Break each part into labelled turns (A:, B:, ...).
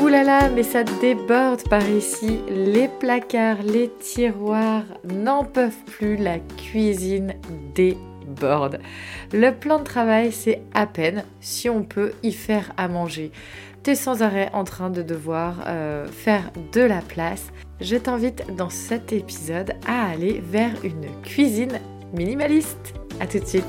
A: Ouh là là, mais ça déborde par ici. Les placards, les tiroirs n'en peuvent plus, la cuisine déborde. Le plan de travail, c'est à peine si on peut y faire à manger. T'es sans arrêt en train de devoir faire de la place. Je t'invite dans cet épisode à aller vers une cuisine minimaliste. À tout de suite.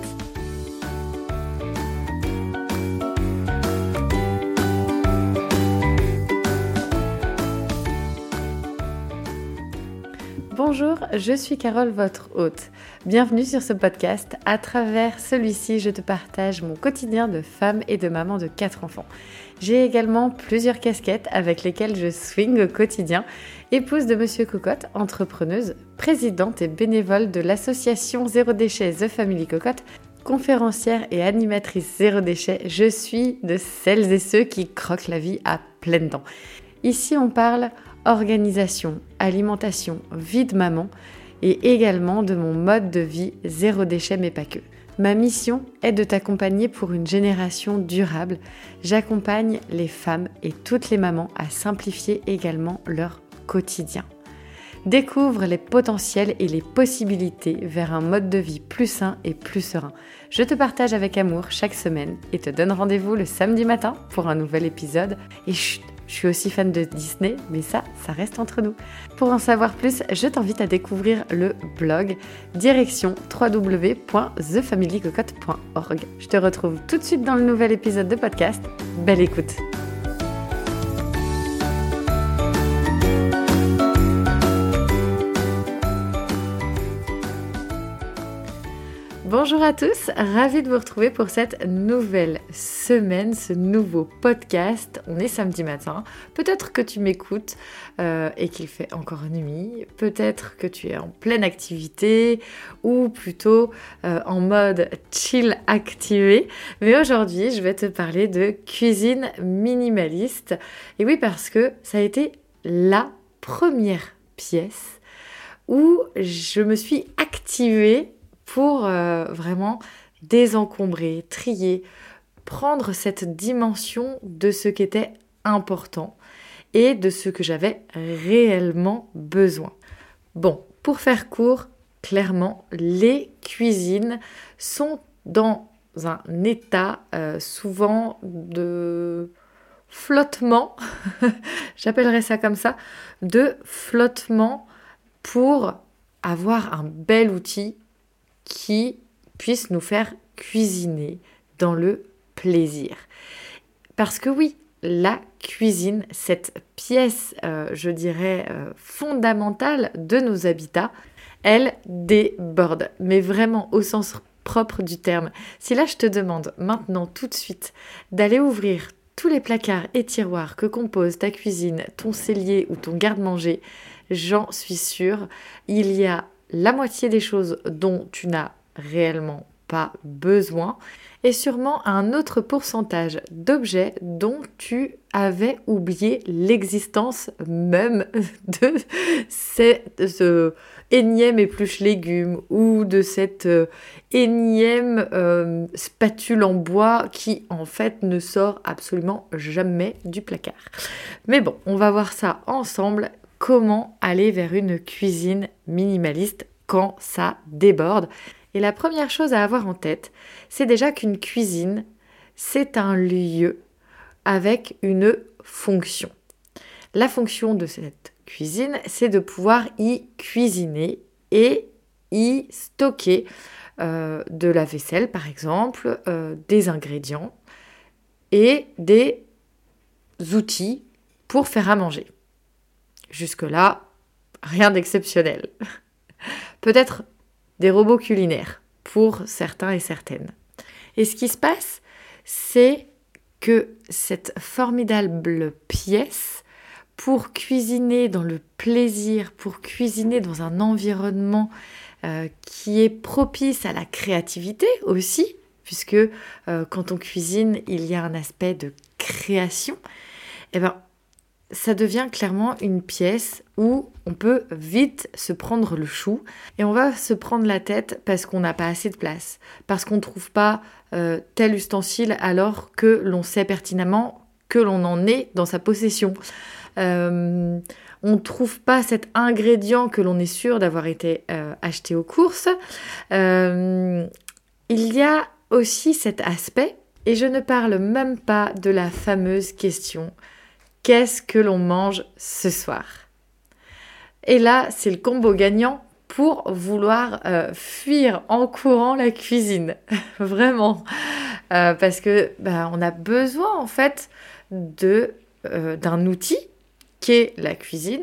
A: Bonjour, je suis Carole, votre hôte. Bienvenue sur ce podcast. À travers celui-ci, je te partage mon quotidien de femme et de maman de 4 enfants. J'ai également plusieurs casquettes avec lesquelles je swing au quotidien. Épouse de Monsieur Cocotte, entrepreneuse, présidente et bénévole de l'association Zéro Déchet The Family Cocotte, conférencière et animatrice Zéro Déchet, je suis de celles et ceux qui croquent la vie à pleines dents. Ici, on parle organisation, alimentation, vie de maman et également de mon mode de vie zéro déchet mais pas que. Ma mission est de t'accompagner pour une génération durable. J'accompagne les femmes et toutes les mamans à simplifier également leur quotidien. Découvre les potentiels et les possibilités vers un mode de vie plus sain et plus serein. Je te partage avec amour chaque semaine et te donne rendez-vous le samedi matin pour un nouvel épisode. Et chut, je suis aussi fan de Disney, mais ça reste entre nous. Pour en savoir plus, je t'invite à découvrir le blog direction www.thefamilycocotte.org. Je te retrouve tout de suite dans le nouvel épisode de podcast. Belle écoute! Bonjour à tous, ravie de vous retrouver pour cette nouvelle semaine, ce nouveau podcast. On est samedi matin, peut-être que tu m'écoutes et qu'il fait encore nuit, peut-être que tu es en pleine activité ou plutôt en mode chill activé. Mais aujourd'hui, je vais te parler de cuisine minimaliste. Et oui, parce que ça a été la première pièce où je me suis activée pour vraiment désencombrer, trier, prendre cette dimension de ce qui était important et de ce que j'avais réellement besoin. Bon, pour faire court, clairement, les cuisines sont dans un état souvent de flottement, j'appellerais ça comme ça, de flottement pour avoir un bel outil qui puisse nous faire cuisiner dans le plaisir. Parce que oui, la cuisine, cette pièce, je dirais, fondamentale de nos habitats, elle déborde, mais vraiment au sens propre du terme. Si là, je te demande maintenant tout de suite d'aller ouvrir tous les placards et tiroirs que compose ta cuisine, ton cellier ou ton garde-manger, j'en suis sûre, il y a la moitié des choses dont tu n'as réellement pas besoin et sûrement un autre pourcentage d'objets dont tu avais oublié l'existence même de ce énième épluche légumes ou de cette énième spatule en bois qui en fait ne sort absolument jamais du placard. Mais bon, on va voir ça ensemble. Comment aller vers une cuisine minimaliste quand ça déborde. Et la première chose à avoir en tête, c'est déjà qu'une cuisine, c'est un lieu avec une fonction. La fonction de cette cuisine, c'est de pouvoir y cuisiner et y stocker de la vaisselle, par exemple, des ingrédients et des outils pour faire à manger. Jusque-là, rien d'exceptionnel. Peut-être des robots culinaires pour certains et certaines. Et ce qui se passe, c'est que cette formidable pièce, pour cuisiner dans le plaisir, pour cuisiner dans un environnement qui est propice à la créativité aussi, puisque quand on cuisine, il y a un aspect de création, ça devient clairement une pièce où on peut vite se prendre le chou et on va se prendre la tête parce qu'on n'a pas assez de place, parce qu'on ne trouve pas tel ustensile alors que l'on sait pertinemment que l'on en ait dans sa possession. On ne trouve pas cet ingrédient que l'on est sûr d'avoir été acheté aux courses. Il y a aussi cet aspect, et je ne parle même pas de la fameuse question « Qu'est-ce que l'on mange ce soir ?» Et là, c'est le combo gagnant pour vouloir fuir en courant la cuisine. Vraiment. Parce que on a besoin en fait d'un outil qui est la cuisine,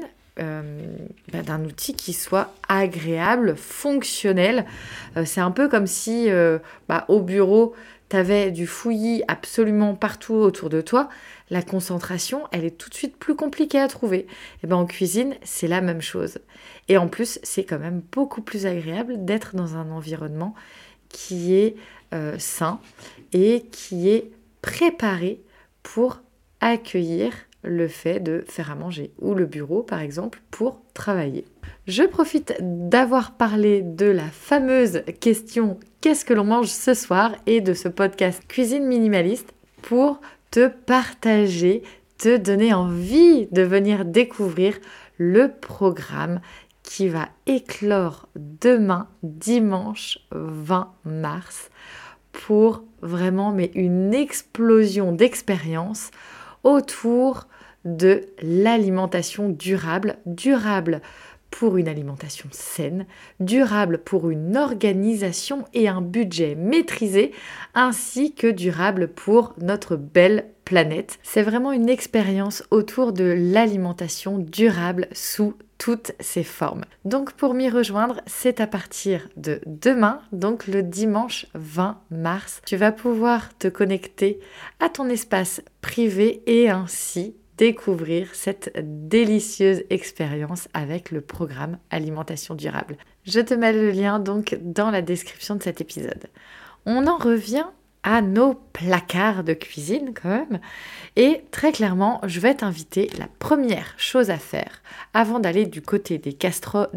A: d'un outil qui soit agréable, fonctionnel. C'est un peu comme si au bureau, tu avais du fouillis absolument partout autour de toi. La concentration, elle est tout de suite plus compliquée à trouver. Et en cuisine, c'est la même chose. Et en plus, c'est quand même beaucoup plus agréable d'être dans un environnement qui est sain et qui est préparé pour accueillir le fait de faire à manger, ou le bureau par exemple pour travailler. Je profite d'avoir parlé de la fameuse question « Qu'est-ce que l'on mange ce soir ?» et de ce podcast Cuisine Minimaliste pour te partager, te donner envie de venir découvrir le programme qui va éclore demain, dimanche 20 mars, pour vraiment une explosion d'expériences autour de l'alimentation durable pour une alimentation saine, durable pour une organisation et un budget maîtrisé, ainsi que durable pour notre belle planète. C'est vraiment une expérience autour de l'alimentation durable sous toutes ses formes. Donc pour m'y rejoindre, c'est à partir de demain, donc le dimanche 20 mars. Tu vas pouvoir te connecter à ton espace privé et ainsi découvrir cette délicieuse expérience avec le programme Alimentation Durable. Je te mets le lien donc dans la description de cet épisode. On en revient à nos placards de cuisine quand même. Et très clairement, je vais t'inviter, la première chose à faire avant d'aller du côté des casseroles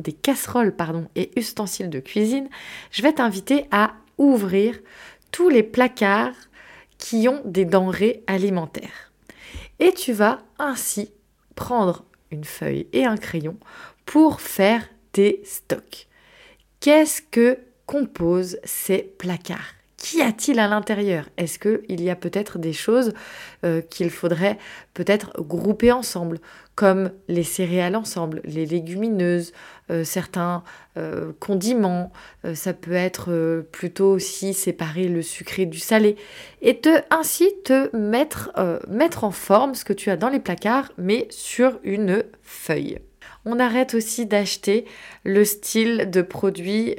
A: et ustensiles de cuisine, je vais t'inviter à ouvrir tous les placards qui ont des denrées alimentaires. Et tu vas ainsi prendre une feuille et un crayon pour faire tes stocks. Qu'est-ce que composent ces placards ? Qu'y a-t-il à l'intérieur ? Est-ce qu'il y a peut-être des choses qu'il faudrait peut-être grouper ensemble, comme les céréales ensemble, les légumineuses, certains condiments, ça peut être plutôt aussi séparer le sucré du salé, et ainsi te mettre en forme ce que tu as dans les placards, mais sur une feuille. On arrête aussi d'acheter le style de produit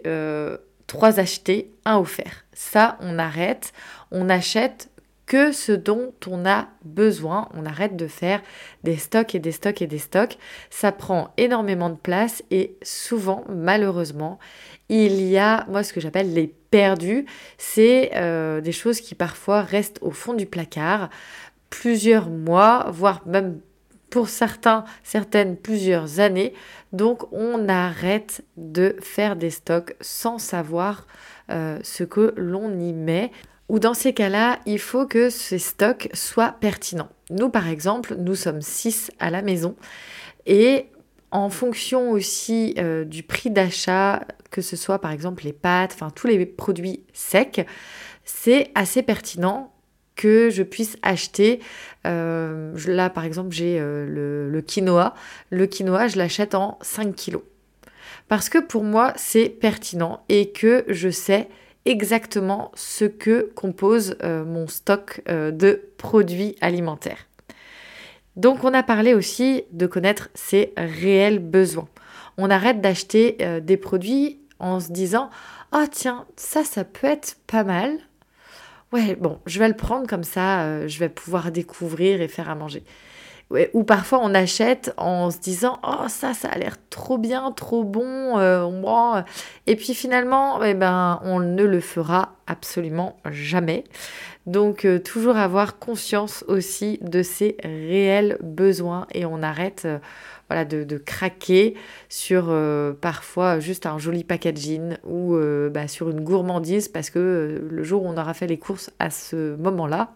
A: 3 achetés, 1 offert. Ça, on arrête. On achète que ce dont on a besoin. On arrête de faire des stocks et des stocks et des stocks. Ça prend énormément de place et souvent, malheureusement, il y a, moi, ce que j'appelle les perdus. C'est des choses qui parfois restent au fond du placard plusieurs mois, voire même pour certaines plusieurs années. Donc on arrête de faire des stocks sans savoir ce que l'on y met. Ou dans ces cas-là, il faut que ces stocks soient pertinents. Nous par exemple, nous sommes 6 à la maison et en fonction aussi du prix d'achat, que ce soit par exemple les pâtes, enfin tous les produits secs, c'est assez pertinent que je puisse acheter. Là, par exemple, j'ai le quinoa. Le quinoa, je l'achète en 5 kilos. Parce que pour moi, c'est pertinent et que je sais exactement ce que compose mon stock de produits alimentaires. Donc, on a parlé aussi de connaître ses réels besoins. On arrête d'acheter des produits en se disant « Oh tiens, ça peut être pas mal. Ouais, bon, je vais le prendre comme ça, je vais pouvoir découvrir et faire à manger. » Ouais, ou parfois on achète en se disant « Oh, ça a l'air trop bien, trop bon. » Et puis finalement, on ne le fera absolument jamais. Donc toujours avoir conscience aussi de ses réels besoins et on arrête de craquer sur parfois juste un joli packaging ou sur une gourmandise parce que le jour où on aura fait les courses à ce moment-là,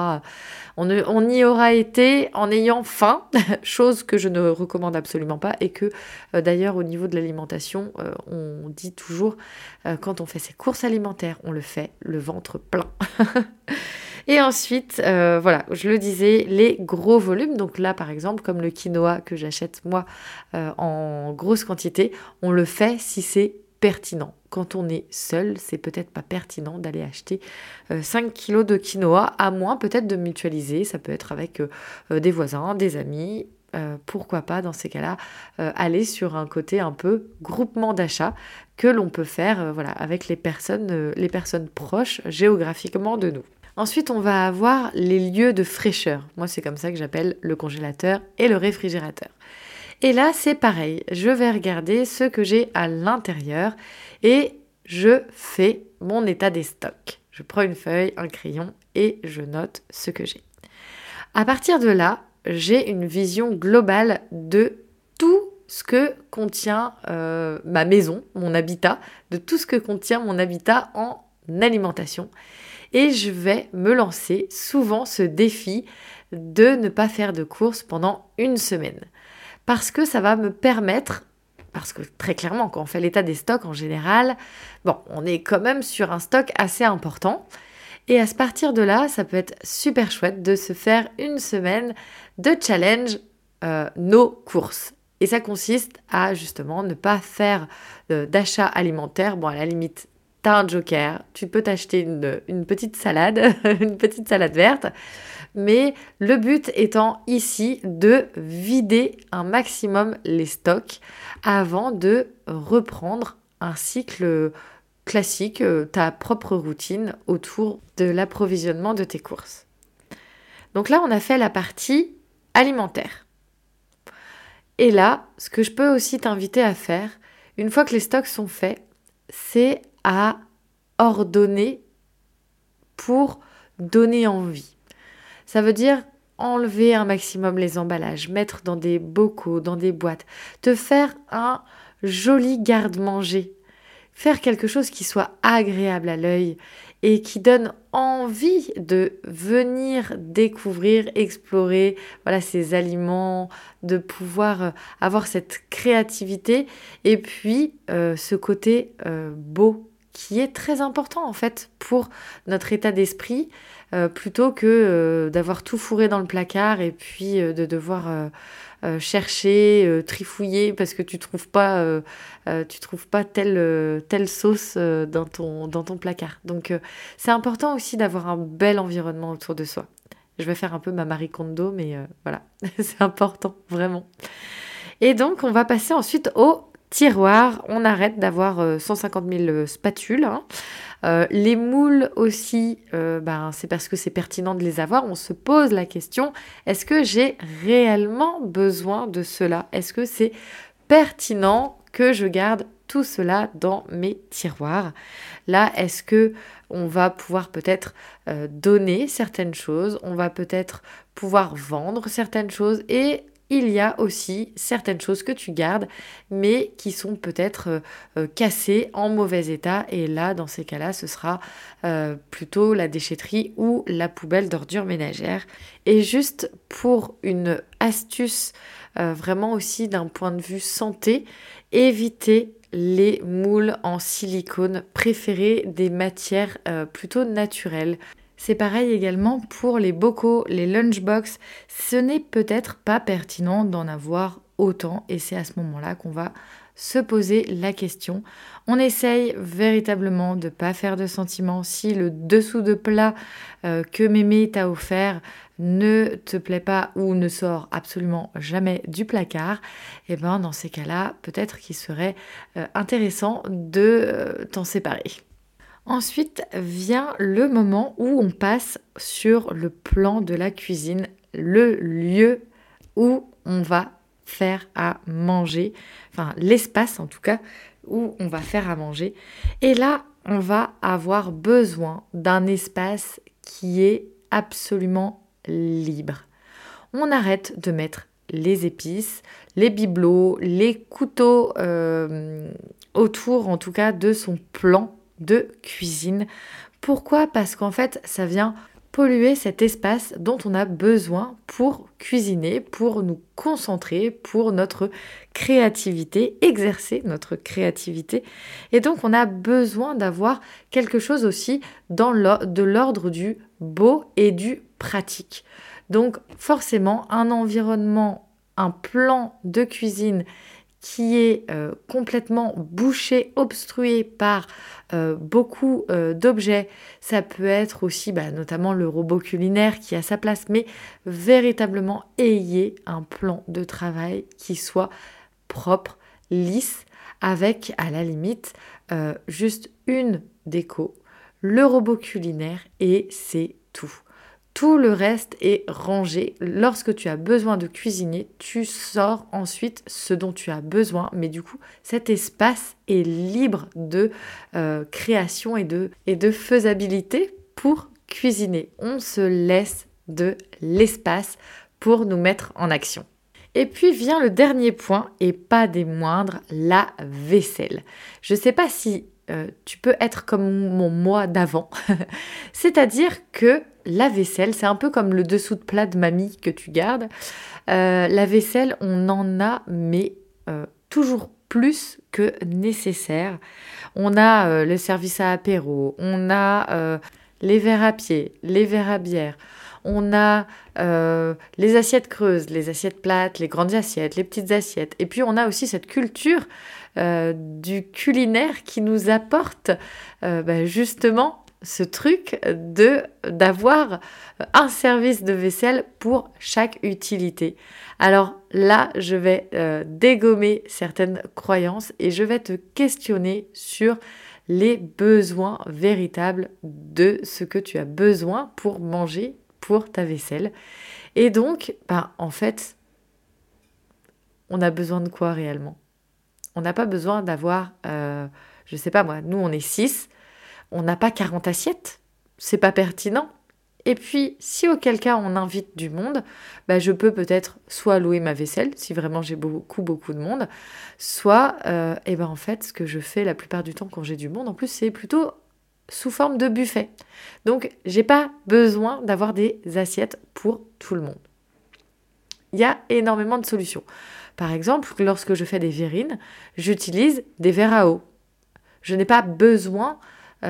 A: on y aura été en ayant faim, chose que je ne recommande absolument pas et que d'ailleurs au niveau de l'alimentation, on dit toujours quand on fait ses courses alimentaires, on le fait le ventre plein. Et ensuite, je le disais, les gros volumes. Donc là, par exemple, comme le quinoa que j'achète moi en grosse quantité, on le fait si c'est pertinent. Quand on est seul, c'est peut-être pas pertinent d'aller acheter 5 kilos de quinoa, à moins peut-être de mutualiser. Ça peut être avec des voisins, des amis. Pourquoi pas dans ces cas-là aller sur un côté un peu groupement d'achat que l'on peut faire avec les personnes proches géographiquement de nous. Ensuite, on va avoir les lieux de fraîcheur. Moi, c'est comme ça que j'appelle le congélateur et le réfrigérateur. Et là, c'est pareil. Je vais regarder ce que j'ai à l'intérieur et je fais mon état des stocks. Je prends une feuille, un crayon et je note ce que j'ai. À partir de là, j'ai une vision globale de tout ce que contient ma maison, mon habitat, de tout ce que contient mon habitat en alimentation. Et je vais me lancer souvent ce défi de ne pas faire de courses pendant une semaine. Parce que ça va me permettre, parce que très clairement, quand on fait l'état des stocks en général, on est quand même sur un stock assez important. Et à partir de là, ça peut être super chouette de se faire une semaine de challenge nos courses. Et ça consiste à justement ne pas faire d'achat alimentaire. Bon, à la limite, t'as un joker, tu peux t'acheter une petite salade, une petite salade verte. Mais le but étant ici de vider un maximum les stocks avant de reprendre un cycle classique, ta propre routine autour de l'approvisionnement de tes courses. Donc là, on a fait la partie alimentaire. Et là, ce que je peux aussi t'inviter à faire, une fois que les stocks sont faits, c'est à ordonner pour donner envie. Ça veut dire enlever un maximum les emballages, mettre dans des bocaux, dans des boîtes, te faire un joli garde-manger. Faire quelque chose qui soit agréable à l'œil et qui donne envie de venir découvrir, explorer ces aliments, de pouvoir avoir cette créativité et puis ce côté beau qui est très important en fait pour notre état d'esprit plutôt que d'avoir tout fourré dans le placard et puis de devoir chercher, trifouiller parce que tu trouves pas telle sauce dans ton placard. Donc c'est important aussi d'avoir un bel environnement autour de soi. Je vais faire un peu ma Marie Kondo, mais voilà, c'est important, vraiment. Et donc, on va passer ensuite au tiroir. On arrête d'avoir 150 000 spatules. Les moules aussi, c'est parce que c'est pertinent de les avoir. On se pose la question, est-ce que j'ai réellement besoin de cela ? Est-ce que c'est pertinent que je garde tout cela dans mes tiroirs ? Là, est-ce que on va pouvoir peut-être donner certaines choses, on va peut-être pouvoir vendre certaines choses et il y a aussi certaines choses que tu gardes, mais qui sont peut-être cassées, en mauvais état. Et là, dans ces cas-là, ce sera plutôt la déchetterie ou la poubelle d'ordures ménagères. Et juste pour une astuce, vraiment aussi d'un point de vue santé, éviter les moules en silicone, préférez des matières plutôt naturelles. C'est pareil également pour les bocaux, les lunchbox. Ce n'est peut-être pas pertinent d'en avoir autant et c'est à ce moment-là qu'on va se poser la question. On essaye véritablement de ne pas faire de sentiments. Si le dessous de plat que mémé t'a offert ne te plaît pas ou ne sort absolument jamais du placard, et dans ces cas-là, peut-être qu'il serait intéressant de t'en séparer. Ensuite vient le moment où on passe sur le plan de la cuisine, le lieu où on va faire à manger, enfin l'espace en tout cas, où on va faire à manger. Et là, on va avoir besoin d'un espace qui est absolument libre. On arrête de mettre les épices, les bibelots, les couteaux autour en tout cas de son plan de cuisine. Pourquoi ? Parce qu'en fait, ça vient polluer cet espace dont on a besoin pour cuisiner, pour nous concentrer, pour notre créativité, exercer notre créativité. Et donc, on a besoin d'avoir quelque chose aussi de l'ordre du beau et du pratique. Donc, forcément, un environnement, un plan de cuisine qui est complètement bouché, obstrué par beaucoup d'objets. Ça peut être aussi notamment le robot culinaire qui a sa place, mais véritablement ayez un plan de travail qui soit propre, lisse, avec à la limite juste une déco, le robot culinaire et c'est tout. Tout le reste est rangé. Lorsque tu as besoin de cuisiner, tu sors ensuite ce dont tu as besoin. Mais du coup, cet espace est libre de création et de faisabilité pour cuisiner. On se laisse de l'espace pour nous mettre en action. Et puis vient le dernier point, et pas des moindres, la vaisselle. Je ne sais pas si tu peux être comme mon moi d'avant. C'est-à-dire que la vaisselle, c'est un peu comme le dessous de plat de mamie que tu gardes. La vaisselle, on en a, mais toujours plus que nécessaire. On a le service à apéro, on a les verres à pied, les verres à bière, on a les assiettes creuses, les assiettes plates, les grandes assiettes, les petites assiettes. Et puis on a aussi cette culture du culinaire qui nous apporte justement ce truc d'avoir un service de vaisselle pour chaque utilité. Alors là, je vais dégommer certaines croyances et je vais te questionner sur les besoins véritables de ce que tu as besoin pour manger, pour ta vaisselle. Et donc, en fait, on a besoin de quoi réellement ? On n'a pas besoin d'avoir, je sais pas moi, nous on est 6, on n'a pas 40 assiettes, c'est pas pertinent. Et puis, si auquel cas on invite du monde, je peux peut-être soit louer ma vaisselle, si vraiment j'ai beaucoup de monde, soit, en fait, ce que je fais la plupart du temps quand j'ai du monde, en plus, c'est plutôt sous forme de buffet. Donc, j'ai pas besoin d'avoir des assiettes pour tout le monde. Il y a énormément de solutions. Par exemple, lorsque je fais des verrines, j'utilise des verres à eau. Je n'ai pas besoin...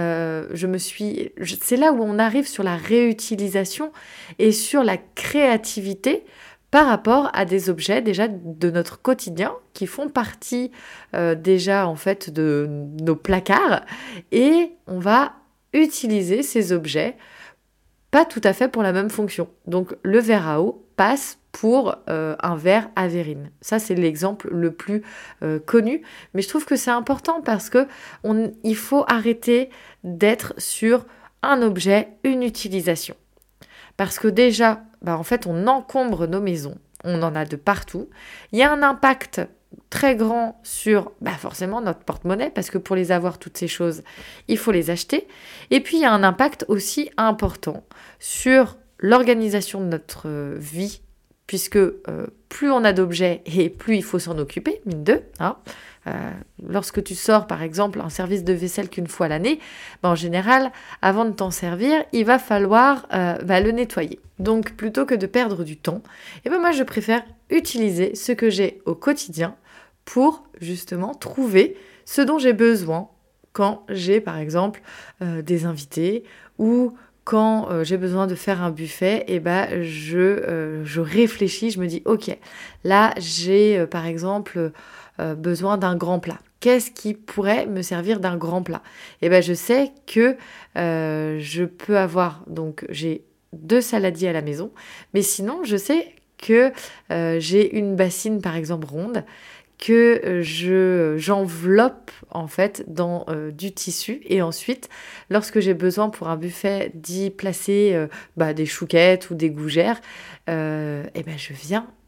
A: c'est là où on arrive sur la réutilisation et sur la créativité par rapport à des objets déjà de notre quotidien qui font partie déjà en fait de nos placards et on va utiliser ces objets pas tout à fait pour la même fonction. Donc le verre à eau passe pour un verre à verrine. Ça, c'est l'exemple le plus connu. Mais je trouve que c'est important parce que il faut arrêter d'être sur un objet, une utilisation. Parce que déjà, en fait, on encombre nos maisons. On en a de partout. Il y a un impact très grand sur forcément notre porte-monnaie parce que pour les avoir toutes ces choses, il faut les acheter. Et puis, il y a un impact aussi important sur l'organisation de notre vie puisque plus on a d'objets et plus il faut s'en occuper, mine de. Lorsque tu sors, par exemple, un service de vaisselle qu'une fois l'année, en général, avant de t'en servir, il va falloir le nettoyer. Donc, plutôt que de perdre du temps, moi, je préfère utiliser ce que j'ai au quotidien pour, justement, trouver ce dont j'ai besoin quand j'ai, par exemple, des invités ou quand j'ai besoin de faire un buffet, je réfléchis, je me dis, ok, là, j'ai, par exemple, besoin d'un grand plat. Qu'est-ce qui pourrait me servir d'un grand plat ? Je sais que je peux avoir, donc j'ai 2 saladiers à la maison, mais sinon, je sais que j'ai une bassine, par exemple, ronde, que j'enveloppe en fait dans du tissu et ensuite lorsque j'ai besoin pour un buffet d'y placer des chouquettes ou des gougères je viens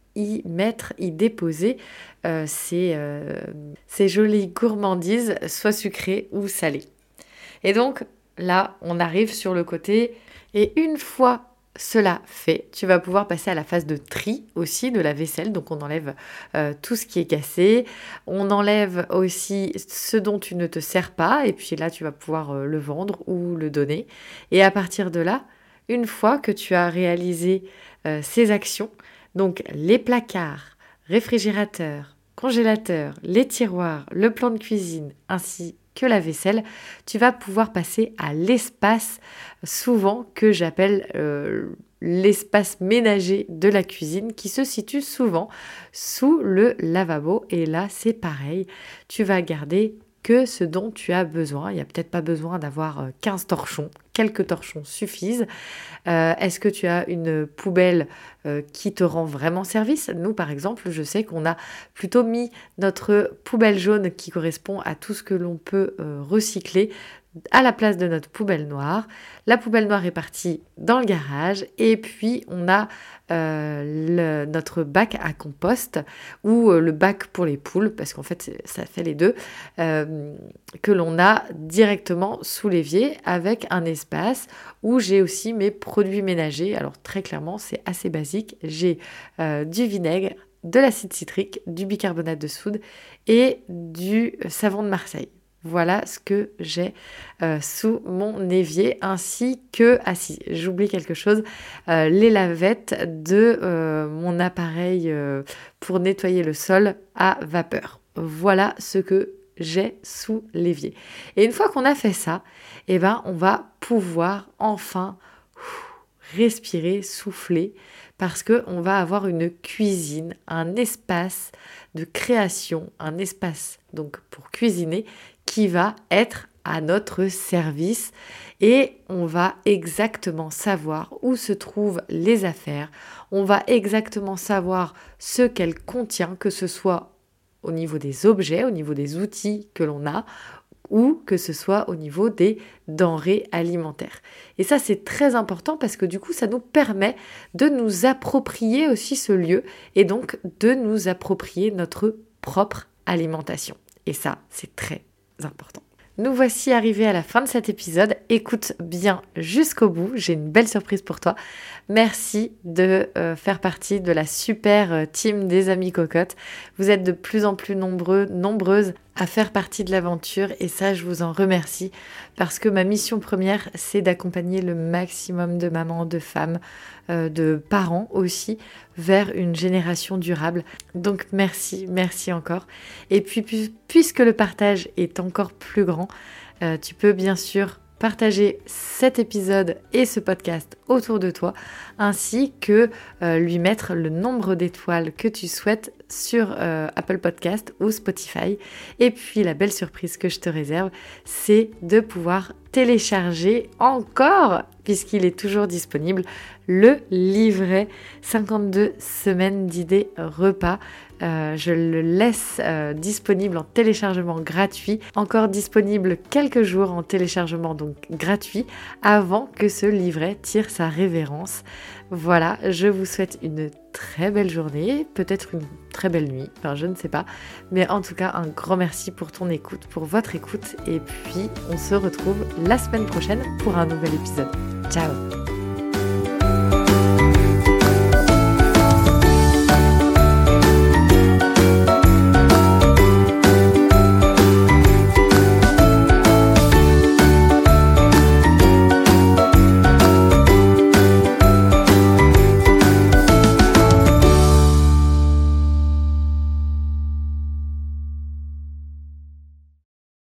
A: y déposer ces jolies gourmandises, soit sucrées ou salées. Et donc là, on arrive sur le côté, et une fois cela fait, tu vas pouvoir passer à la phase de tri aussi de la vaisselle. Donc on enlève tout ce qui est cassé, on enlève aussi ce dont tu ne te sers pas, et puis là tu vas pouvoir le vendre ou le donner. Et à partir de là, une fois que tu as réalisé ces actions, donc les placards, réfrigérateurs, congélateurs, les tiroirs, le plan de cuisine ainsi que la vaisselle, tu vas pouvoir passer à l'espace souvent que j'appelle l'espace ménager de la cuisine, qui se situe souvent sous le lavabo. Et là, c'est pareil, tu vas garder que ce dont tu as besoin. Il n'y a peut-être pas besoin d'avoir 15 torchons, quelques torchons suffisent. Est-ce que tu as une poubelle qui te rend vraiment service ? Nous, par exemple, je sais qu'on a plutôt mis notre poubelle jaune qui correspond à tout ce que l'on peut recycler à la place de notre poubelle noire. La poubelle noire est partie dans le garage, et puis on a notre bac à compost ou le bac pour les poules, parce qu'en fait ça fait les deux, que l'on a directement sous l'évier avec un espace où j'ai aussi mes produits ménagers. Alors très clairement, c'est assez basique. J'ai du vinaigre, de l'acide citrique, du bicarbonate de soude et du savon de Marseille. Voilà ce que j'ai sous mon évier, ainsi que, j'oublie quelque chose, les lavettes de mon appareil pour nettoyer le sol à vapeur. Voilà ce que j'ai sous l'évier. Et une fois qu'on a fait ça, on va pouvoir enfin respirer, souffler, parce qu'on va avoir une cuisine, un espace de création, un espace donc pour cuisiner qui va être à notre service, et on va exactement savoir où se trouvent les affaires, on va exactement savoir ce qu'elle contient, que ce soit au niveau des objets, au niveau des outils que l'on a, ou que ce soit au niveau des denrées alimentaires. Et ça, c'est très important, parce que du coup, ça nous permet de nous approprier aussi ce lieu, et donc de nous approprier notre propre alimentation. Et ça, c'est très important. Nous voici arrivés à la fin de cet épisode. Écoute bien jusqu'au bout, j'ai une belle surprise pour toi. Merci de faire partie de la super team des Amies Cocottes. Vous êtes de plus en plus nombreuses à faire partie de l'aventure, et ça, je vous en remercie, parce que ma mission première, c'est d'accompagner le maximum de mamans, de femmes, de parents aussi, vers une génération durable. Donc merci encore. Et puis puisque le partage est encore plus grand, tu peux bien sûr partager cet épisode et ce podcast autour de toi, ainsi que lui mettre le nombre d'étoiles que tu souhaites sur Apple Podcast ou Spotify. Et puis la belle surprise que je te réserve, c'est de pouvoir télécharger encore, puisqu'il est toujours disponible, le livret 52 semaines d'idées repas. Je le laisse disponible en téléchargement gratuit, encore disponible quelques jours en téléchargement donc gratuit, avant que ce livret tire sa révérence. Voilà, je vous souhaite une très belle journée, peut-être une très belle nuit, enfin je ne sais pas, mais en tout cas un grand merci pour ton écoute, pour votre écoute, et puis on se retrouve la semaine prochaine pour un nouvel épisode. Ciao!